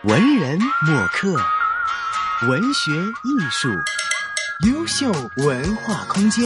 文人墨客，文学艺术，优秀文化空间。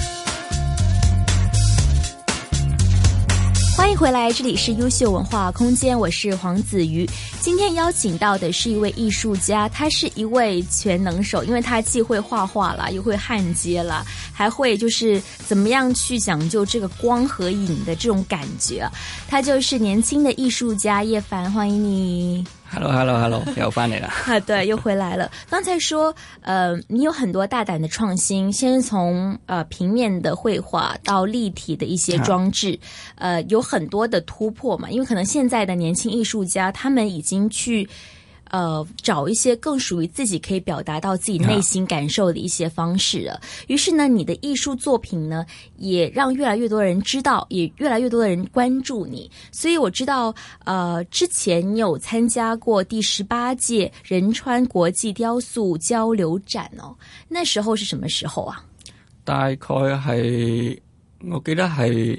欢迎回来，这里是优秀文化空间，我是黄子瑜。今天邀请到的是一位艺术家，他是一位全能手，因为他既会画画啦，又会焊接啦，还会就是怎么样去讲究这个光和影的这种感觉。他就是年轻的艺术家叶凡，欢迎你。 Hello， 又翻嚟啦。 对，又回来了。刚才说，你有很多大胆的创新，先从平面的绘画到立体的一些装置，有很多的突破嘛。因为可能现在的年轻艺术家，他们已经去找一些更属于自己可以表达到自己内心感受的一些方式了。于是呢，你的艺术作品呢，也让越来越多人知道，也越来越多的人关注你。所以我知道，之前你有参加过第18届仁川国际雕塑交流展哦。那时候是什么时候啊？ 大概係我記得係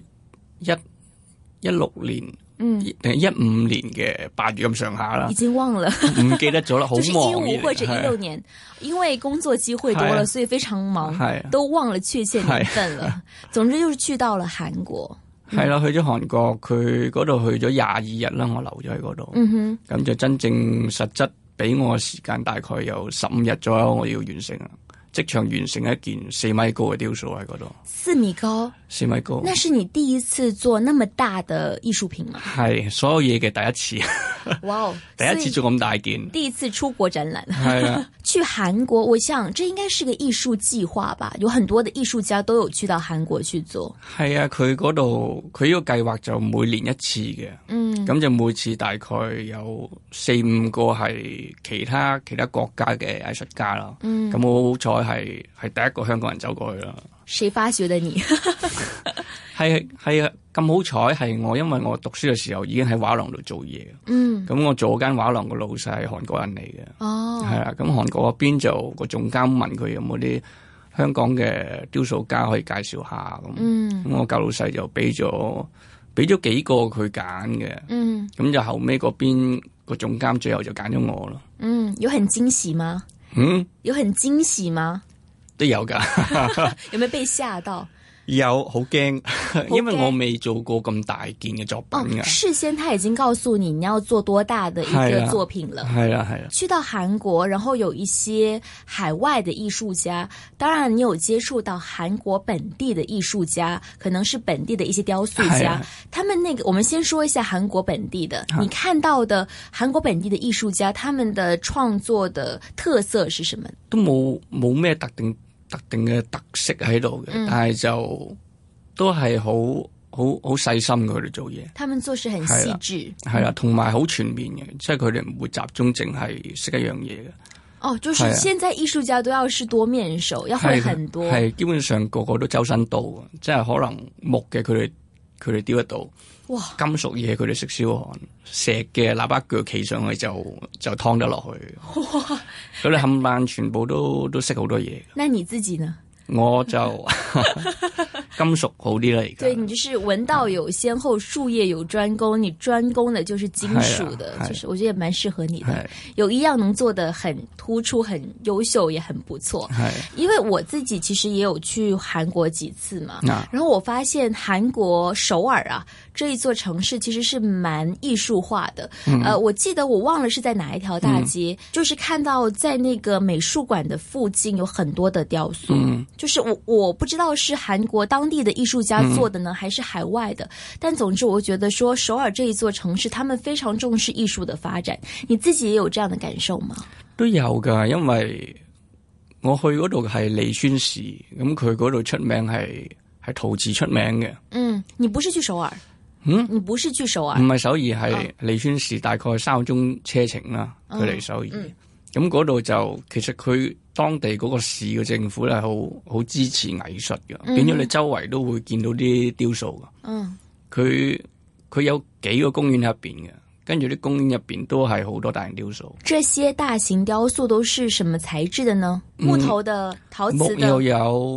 16年。定係15年嘅8月咁上下啦， 已經忘了， 唔記得咗啦，好忙。 就是15或者16年，因為工作機會多了，所以非常忙，都忘了確切年份了。總之就是去到了韓國， 係啦，去咗韓國，佢嗰度去咗22日啦，我留咗喺嗰度。咁就真正實質俾我嘅時間大概有15日左右，我要完成啦。即場完成一件4米高嘅雕塑喺嗰度。4米高？4米高。 那是你第一次做那麼大的藝術品嗎？ 係，所有嘢嘅第一次。 哇哦！ 第一次做咁大件。 第一次出國展覽。 係啊。 去韓國，我想這應該是個藝術計劃吧？有很多的藝術家都有去到韓國去做。 係啊，佢嗰度佢呢個計劃就每年一次嘅。咁就每次大概有4-5個係其他國家嘅藝術家啦。咁我好彩係第一個香港人走過去啦。 誰發掘的你？ 係啊，咁好彩係我，因為我讀書嘅時候已經喺畫廊度做嘢。咁我做間畫廊嘅老細係韓國人嚟嘅。係啦，咁韓國嗰邊就個總監問佢有冇啲香港嘅雕塑家可以介紹下咁。咁我舊老細就俾咗幾個佢揀嘅。咁就後尾嗰邊個總監最後就揀咗我咯。 有很驚喜嗎？有很驚喜嗎？ 都有㗎。 有沒有被嚇到？ 有，好驚，因為我未做過咁大件嘅作品。 事先他已經告訴你要做多大的一個作品了。係啦。去到韓國，然後有一些海外的藝術家，當然你有接觸到韓國本地的藝術家，可能是本地的一些雕塑家。他們那個，我們先說一下韓國本地的，你看到的韓國本地的藝術家，他們的創作的特色是什麼？ 都冇咩特定嘅特色喺度嘅，但係就都係好細心嘅，佢哋做嘢。他們做事很細緻，係啦，同埋好全面嘅，即係佢哋唔會集中淨係識一樣嘢嘅。 哦，就是現在藝術家都要是多面手，要會很多。 係基本上個個都周身刀，即係可能木嘅佢哋雕得到。哇！金屬嘢佢哋識燒焊，石嘅喇叭腳企上去就劏得落去。哇！佢哋冚唪唥全部都識好多嘢。 那你自己呢？ 我就金屬好啲啦，而家。 對，你就是文道有先後，術業有專攻，你專攻的就是金屬的，就是我覺得也蠻適合你的。有一樣能做得很突出、很優秀，也很不錯。因為我自己其實也有去韓國幾次嘛，然後我發現韓國首爾啊，這一座城市其實是蠻藝術化的。我記得我忘了是在哪一條大街，就是看到在那個美術館的附近有很多的雕塑。就是我不知道是韓國當地的藝術家做的呢，還是海外的。但總之，我覺得說首爾這一座城市，他們非常重視藝術的發展。你自己也有這樣的感受嗎？ 都有㗎，因為我去嗰度係利川市，咁佢嗰度出名係陶瓷出名嘅。 你不是去首爾？你不是去首爾？ 唔係首爾，係利川市，大概3個鐘車程啦，距離首爾。咁嗰度就其實佢當地嗰個市嘅政府咧，好支持藝術嘅，變咗你周圍都會見到啲雕塑嘅。佢有幾個公園入邊嘅，跟住啲公園入邊都係好多大型雕塑。 這些大型雕塑都是什麼材質的呢？木頭的、陶瓷的？ 木又有，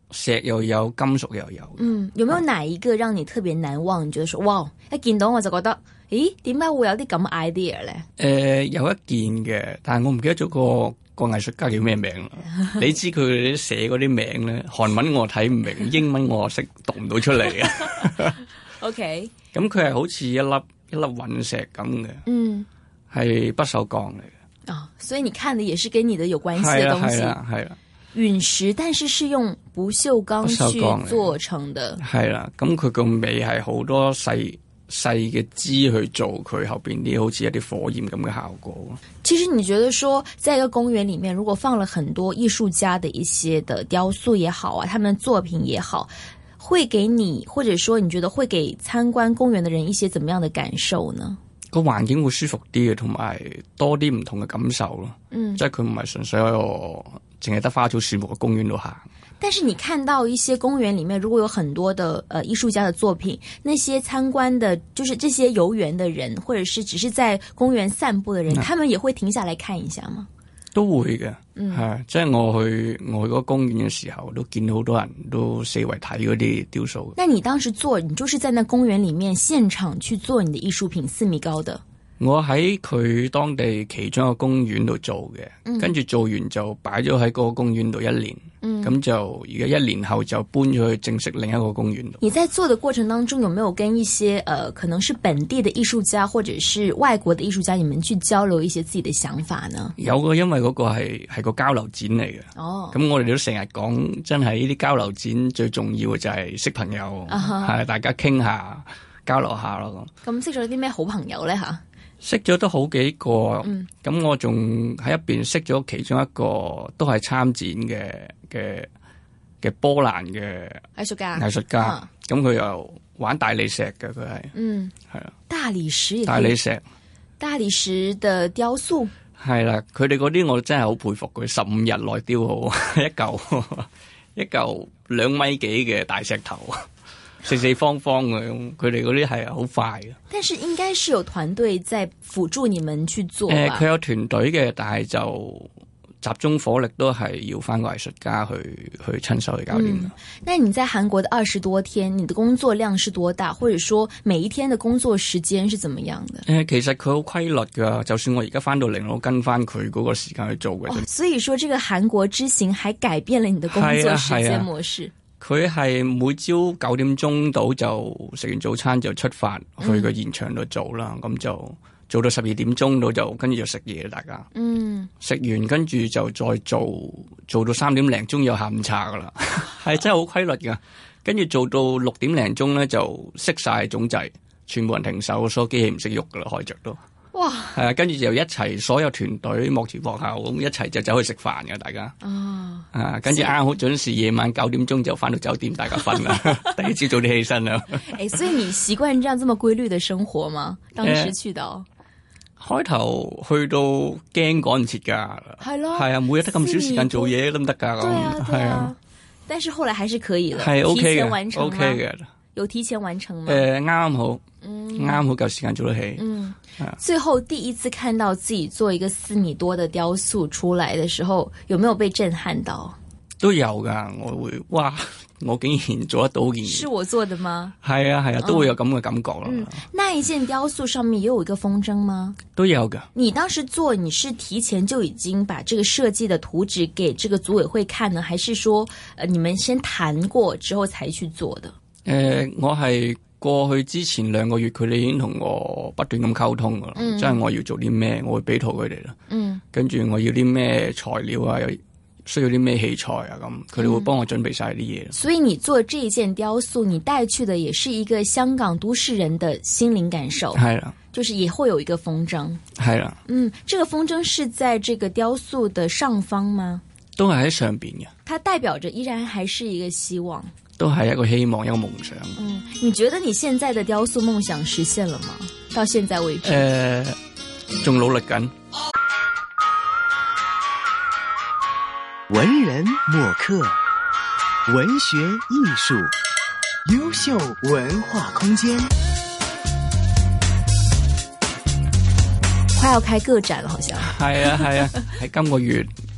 石又有，金屬又有。 有沒有哪一個讓你特別難忘？你覺得說，哇，一見到我就覺得，咦，點解會有啲咁 idea 咧？ 有一件嘅，但係我唔記得咗個藝術家叫咩名啦。你知佢哋寫嗰啲名咧，韓文我睇唔明，英文我識讀唔到出嚟嘅。 OK， 咁佢係好似一粒隕石咁嘅，係不鏽鋼嚟嘅。 哦，所以你看的也是跟你的有關係嘅東西。 係啦。 隕石，但是是用不鏽鋼去做成的。 係啦，咁佢個尾係好多細嘅枝去做佢後邊啲好似一啲火焰咁嘅效果。 其實你覺得說，在一個公園裏面，如果放了很多藝術家的一些的雕塑也好啊，他們的作品也好，會給你，或者說你覺得會給參觀公園的人一些怎麼樣的感受呢？ 個環境會舒服啲嘅，同埋多啲唔同嘅感受咯。即係佢唔係純粹喺個淨係得花草樹木嘅公園度行。 但是你看到一些公園裏面，如果有很多的藝術家的作品，那些參觀的，就是這些遊園的人，或者是只是在公園散步的人，他們也會停下來看一下嗎？ 都會嘅，係即係我去嗰個公園嘅時候，都見到好多人都四圍睇嗰啲雕塑。 那你當時做，你就是在那公園裏面現場去做你的藝術品4米高的？ 我喺佢當地其中一個公園度做嘅，跟住做完就擺咗喺嗰個公園度1年，咁就而家1年後就搬咗去正式另一個公園度。 你在做的過程當中，有沒有跟一些可能是本地的藝術家，或者是外國的藝術家，你們去交流一些自己的想法呢？ 有嘅，因為嗰個係個交流展嚟嘅。哦，咁我哋都成日講，真係呢啲交流展最重要嘅就係識朋友，係大家傾下交流下咯。 咁識咗啲咩好朋友咧吓？ 識咗都好幾個，咁我仲喺入邊識咗其中一個都係參展嘅波蘭嘅藝術家，咁佢又玩大理石嘅，佢係，係啦， 大理石嘅雕塑， 係啦，佢哋嗰啲我真係好佩服佢，15日內雕好一嚿2米幾嘅大石頭。四四方方嘅，佢哋嗰啲係好快嘅。但是應該是有團隊在輔助你們去做。 佢有團隊嘅，但係就集中火力都係要翻個藝術家去親手去搞掂。 那你在韓國的20多天，你的工作量是多大？或者說每一天的工作時間是怎麼樣的？ 其實佢好規律噶，就算我而家翻到嚟，我跟翻佢嗰個時間去做嘅。 所以說，這個韓國之行還改變了你的工作時間模式。 佢係每朝9點鐘到就食完早餐就出發去個現場度做啦，咁就做到12點鐘到就跟住就食嘢，大家食完跟住就再做到3點零鐘有下午茶噶啦，係真係好規律噶。跟住做到6點零鐘咧就熄晒總掣，全部人停手，所有機器唔識喐噶啦，開着都。哇！係啊，跟住就一齊所有團隊幕前幕後咁一齊就走去食飯嘅，大家。跟住啱好準時夜晚9點鐘就翻到酒店，大家瞓啦。第一朝早啲起身啦。 所以你習慣這麼規律的生活嗎？當時去到， 開頭去到驚趕唔切噶。係咯。係啊，每日得咁少時間做嘢都唔得噶。 對啊。但是後來還是可以了， 係 OK 嘅， 提前完成嗎？ OK 嘅。 有提前完成嗎？ 啱好，啱好夠時間做得起。 最後第一次看到自己做一個4米多的雕塑出來的時候，有沒有被震撼到？ 都有噶，我會哇！我竟然做得到件， 是我做的嗎？ 係啊，都會有咁嘅感覺咯。 那一件雕塑上面也有一個風箏嗎？ 都有噶。你當時做，你是提前就已經把這個設計的圖紙給這個組委會看呢，還是說你們先談過之後才去做的？ 我係過去之前2個月，佢哋已經同我不斷咁溝通噶啦，即係我要做啲咩，我會俾圖佢哋啦。跟住我要啲咩材料啊，又需要啲咩器材啊，咁佢哋會幫我準備晒啲嘢。 所以你做這一件雕塑，你帶去的也是一個香港都市人的心靈感受。係啦，就是也會有一個風箏。係啦，這個風箏是在這個雕塑的上方嗎？ 都係喺上邊嘅。它代表着依然還是一個希望。 都係一個希望，一個夢想。 你覺得你現在的雕塑夢想實現了嗎？到現在為止， 仲努力緊。 文人墨客，文學藝術，優秀文化空間。 快要開個展了，好像。 係啊，係今個月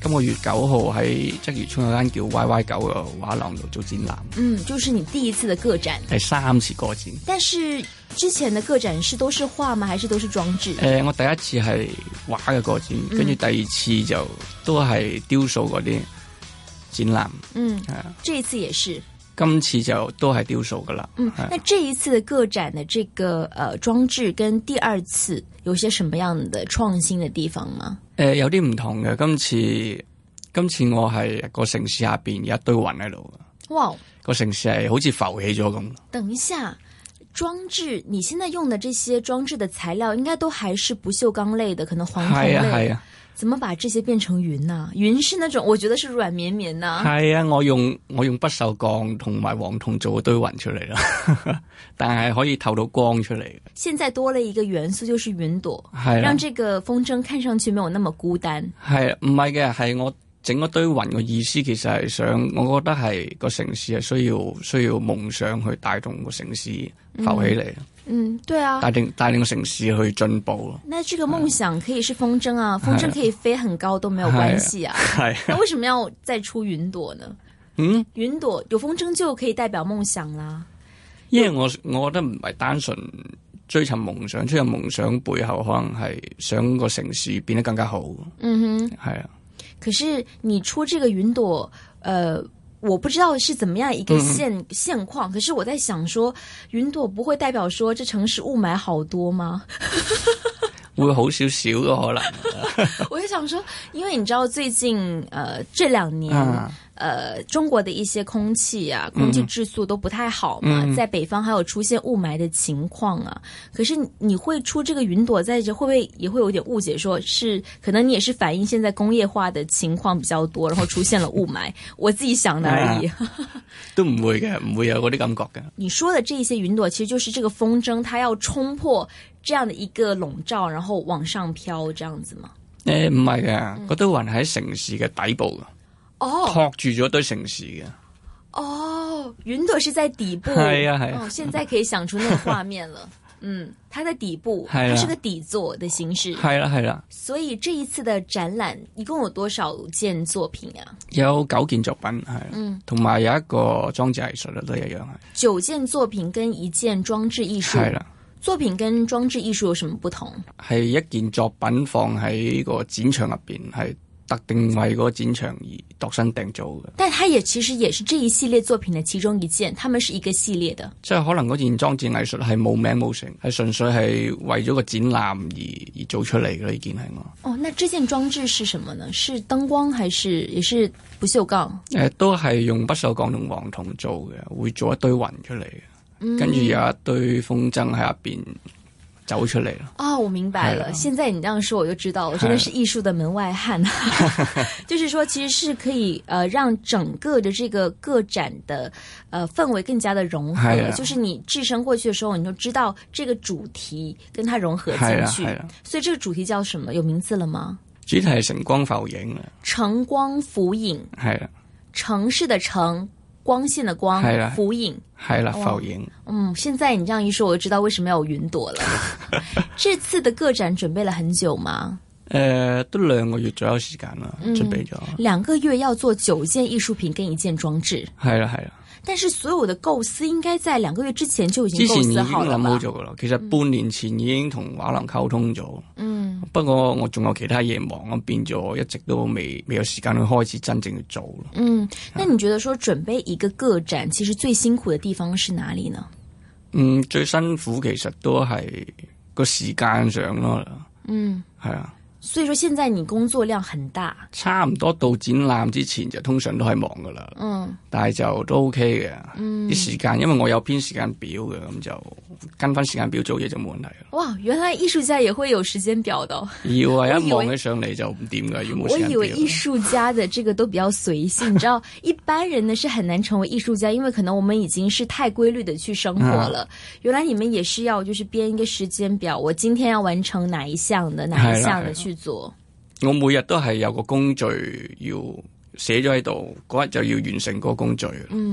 今個月9號喺鰂魚涌有間叫 YY9嘅畫廊度做展覽。 就是你第一次的個展。 第3次個展。 但是之前的個展是都是畫嗎？還是都是裝置？ 我第一次係畫嘅個展，跟住第2次就都係雕塑嗰啲展覽。 這一次也是。 今次就都係雕塑噶啦。 那這一次的個展的這個裝置跟第2次有些什麼樣的創新的地方嗎？ 有啲唔同嘅。今次我係個城市下邊有一堆雲喺度。 哇！ 個城市係好似浮起咗咁。 等一下，裝置你現在用的這些裝置的材料應該都還是不鏽鋼類的，可能黃銅類。係啊。怎麼把這些變成雲呢？雲是那種我覺得是軟綿綿呐。 係啊，我用不鏽鋼同埋黃銅做一堆雲出嚟啦，但係可以透到光出嚟。 現在多了一個元素，就是雲朵，讓這個風箏看上去沒有那麼孤單。係唔係嘅，係我整一堆雲嘅意思，其實係想，我覺得係個城市係需要夢想去帶動個城市浮起嚟。 對啊， 帶領個城市去進步咯。 那這個夢想可以是風箏啊，風箏可以飛很高都沒有關係啊。那為什麼要再出雲朵呢？雲朵有風箏就可以代表夢想啦。 因為我覺得唔係單純追尋夢想，追尋夢想背後可能係想個城市變得更加好。係啊。 可是你出這個雲朵，我不知道是怎麼樣一個現況，可是我在想說，雲朵不會代表說這城市霧霾好多嗎？ 會好少少嘅可能。 我就想說，因為你知道最近這2年中國的一些空氣啊，空氣質素都不太好嘛，在北方還有出現霧霾的情況啊。可是你會出這個雲朵在這，會不會也會有點誤解，說是可能你也是反映現在工業化的情況比較多，然後出現了霧霾。我自己想的而已。 都唔會嘅，唔會有嗰啲感覺嘅。 你說的這一些雲朵，其實就是這個風箏，它要衝破這樣的一個籠罩，然後往上飄，這樣子嗎？ 唔係嘅，嗰堆雲喺城市嘅底部嘅。托住咗堆城市嘅。 雲朵是在底部。係啊。現在可以想出那個畫面了。它的底部，它是個底座的形式。係啦。所以這一次的展覽一共有多少件作品啊？ 有9件作品，係。同埋有一個裝置藝術都一樣係。 9件作品跟1件裝置藝術。係啦。作品跟裝置藝術有什麼不同？ 係一件作品放喺個展場入邊，係特定為嗰個展場而度身訂造嘅。但它其實也是這一系列作品的其中一件，他們是一個系列的。即係可能嗰件裝置藝術係冇名冇姓，係純粹係為咗個展覽而做出嚟嘅呢件係我。 那這件裝置是什麼呢？是燈光還是也是不鏽鋼？ 都係用不鏽鋼同黃銅做嘅，會做一堆雲出嚟嘅。跟住有一堆風箏喺入邊走出嚟了。 我明白了。現在你這樣說我就知道，我真的是藝術的門外漢。就是說其實是可以讓整個的這個個展的氛圍更加的融合。就是你置身過去的時候，你就知道這個主題跟它融合進去。所以這個主題叫什麼？有名字了嗎？ 主題係晨光浮影。 晨光浮影。係啦。城市的城，光線的光，浮影。 係啦，浮影。 現在你這樣一說，我就知道為什麼要有雲朵了。這次的個展準備了很久嗎？ 都2個月左右時間啦，準備咗。 2個月要做9件藝術品跟1件裝置。 係啦。 但是所有的構思應該在2個月之前就已經構思好了吧？ 之前已經諗好咗噶啦。其實半年前已經同畫廊溝通咗。不過我仲有其他嘢忙，咁變咗一直都未有時間去開始真正去做咯。 那你覺得說準備一個個展，其實最辛苦的地方是哪裡呢？ 最辛苦其實都係個時間上咯。係啊。 所以說現在你工作量很大， 差唔多到展覽之前就通常都係忙噶啦。但係就都 OK 嘅。啲時間，因為我有編時間表嘅，咁就跟翻時間表做嘢就冇問題。 哇，原來藝術家也會有時間表的。 要啊，一忙起上嚟就唔掂噶，要冇時間表。我以為藝術家的這個都比較隨性，你知道，一般人呢是很難成為藝術家，因為可能我們已經是太規律的去生活了。原來你們也是要就是編一個時間表，我今天要完成哪一項的去做。 我每日都係有個工序要寫咗喺度，嗰日就要完成嗰個工序。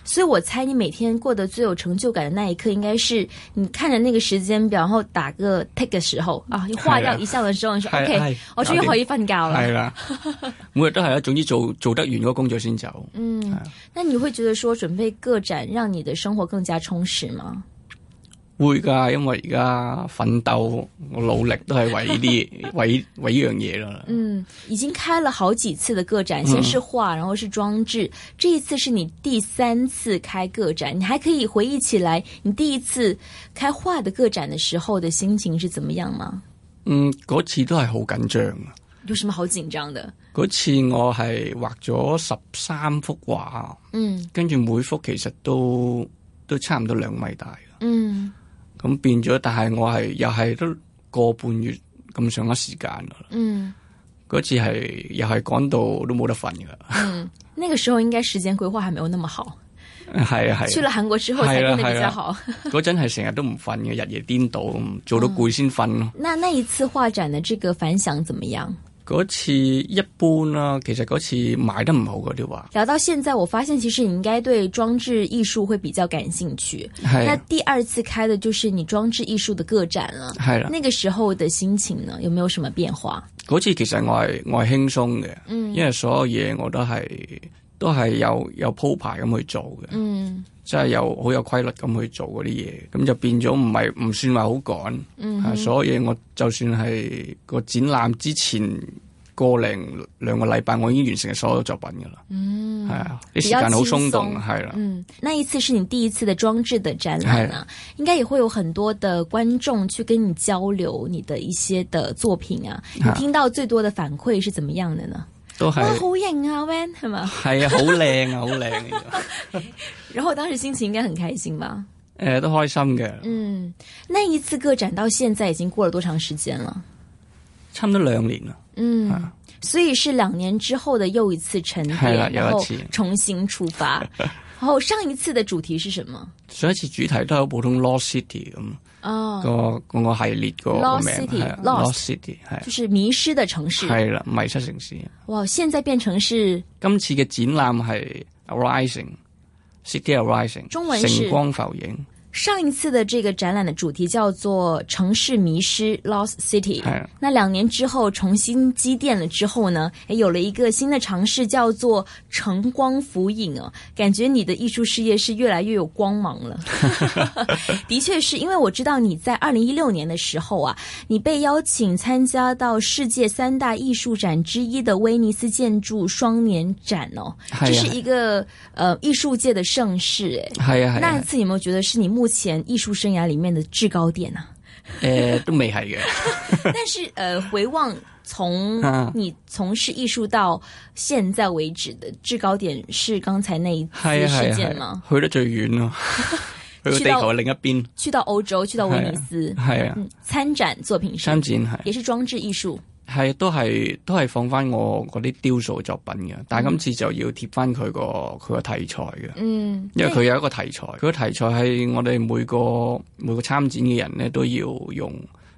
所以我猜你每天过得最有成就感的那一刻，应该是你看着那個時間表，然後打個 tick 嘅時候啊，要劃掉一項嘅時候，你說 OK， 我終於可以瞓覺啦。 係啦，每日都係啦，總之做得完嗰個工作先走。 那你會覺得說準備個展讓你的生活更加充實嗎？ 會㗎，因為而家奮鬥，我努力都係為呢啲為呢樣嘢啦。 已經開了好幾次的個展，先是畫，然後是裝置，這一次是你第3次開個展，你還可以回憶起來你第一次開畫的個展的時候的心情是怎麼樣嗎？ 嗰次都係好緊張啊。 有什麼好緊張的？ 嗰次我係畫咗13幅畫，跟住每幅其實都差唔多2米大。咁變咗，但係我又係都個半月咁上下時間啦。嗰次係又係趕到都冇得瞓噶。 那個時候應該時間規劃還沒有那麼好。 係啊係。去了韓國之後才變得比較好。 嗰陣係成日都唔瞓嘅，日夜顛倒，做到攰先瞓咯。 那一次畫展的這個反響怎麼樣？ 嗰次一般啦，其實嗰次賣得唔好嗰啲畫。 聊到現在，我發現其實你應該對裝置藝術會比較感興趣。那第2次開的就是你裝置藝術的個展了。係啦，那個時候的心情呢，有沒有什麼變化？嗰次其實我係輕鬆嘅，因為所有嘢我都係有鋪排咁去做嘅。即係好有規律咁去做嗰啲嘢，咁就變咗唔算話好趕。所有嘢我就算係個展覽之前2個禮拜，我已經完成所有作品噶啦。係啊，啲時間好鬆動，係啦。 那一次是你第1次的裝置的展覽啊，應該也會有很多的觀眾去跟你交流你的一些的作品啊。你聽到最多的反饋是怎麼樣的呢？ 都係好型啊 Van 係嘛？ 係啊，好靚啊，好靚。 然後當時心情應該很開心吧？ 都開心嘅。 那一次個展到現在已經過了多長時間了？ 差唔多2年啦。 所以是2年之後的又一次沉澱，然後重新出發。然後上一次的主題是什麼？ 上一次主題都係普通 Lost City 咁。個系列個名 Lost City 係，就是迷失的城市。 係啦，迷失城市。 哇！現在變成是今次嘅展覽係 Arising City Arising， 中文是晨光浮影。 上一次的這個展覽的主題叫做城市迷失 Lost City。那2年之後重新積澱了之後呢，有了一個新的嘗試叫做晨光浮影哦。感覺你的藝術事業是越來越有光芒了。的確是因為我知道你在2016年的時候啊，你被邀請參加到世界3大藝術展之一的威尼斯建築雙年展哦。這是一個藝術界的盛事誒。那一次有沒有覺得是你目前藝術生涯裏面的制高點啊？ 都未係嘅。 但是回望從你從事藝術到現在為止的制高點是剛才那一次事件嗎？ 去得最遠咯，去到地球嘅另一邊， 去到歐洲，去到威尼斯，係啊，參展作品是參展係，也是裝置藝術。 係都係放翻我嗰啲雕塑作品嘅，但係今次就要貼翻佢個題材嘅。因為佢有一個題材，佢個題材係我哋每個參展嘅人咧都要用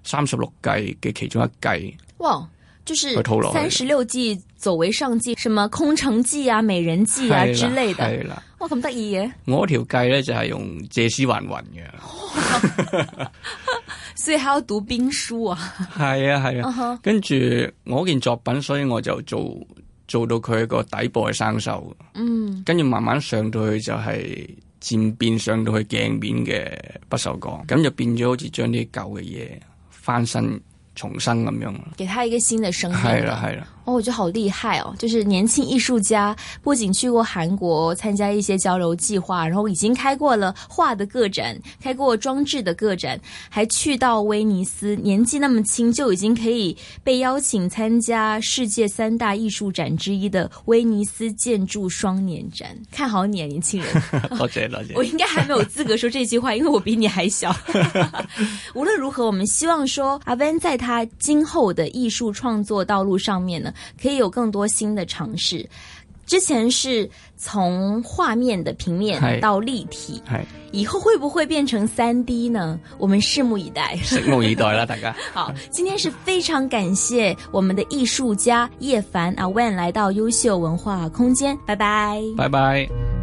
36計嘅其中一計。 哇！就是36計走為上計，什麼空城計啊、美人計啊之類的。係啦，哇咁得意嘅！ 我條計咧就係用借屍還魂嘅。 所以還要讀兵書啊？係啊，跟住我件作品，所以我就做到佢個底部係生鏽。跟住慢慢上到去就係漸變上到去鏡面嘅不鏽鋼，咁就變咗好似將啲舊嘅嘢翻新重生咁樣， 給他一個新的生命。 係啦。 我覺得好厲害哦！就是年輕藝術家，不僅去過韓國參加一些交流計劃，然後已經開過了畫的個展，開過裝置的個展，還去到威尼斯，年紀那麼輕就已經可以被邀請參加世界3大藝術展之一的威尼斯建築雙年展。看好你啊，年輕人！ 多謝。 我應該還沒有資格說這句話，因為我比你還小。無論如何，我們希望說阿 Van 在他今後的藝術創作道路上面呢，可以有更多新的嘗試。之前是從畫面的平面到立體，以後會不會變成3D 呢？我們拭目以待。 拭目以待啦，大家。 好，今天是非常感謝我們的藝術家葉凡阿 Van 來到優秀文化空間，拜拜。 拜拜。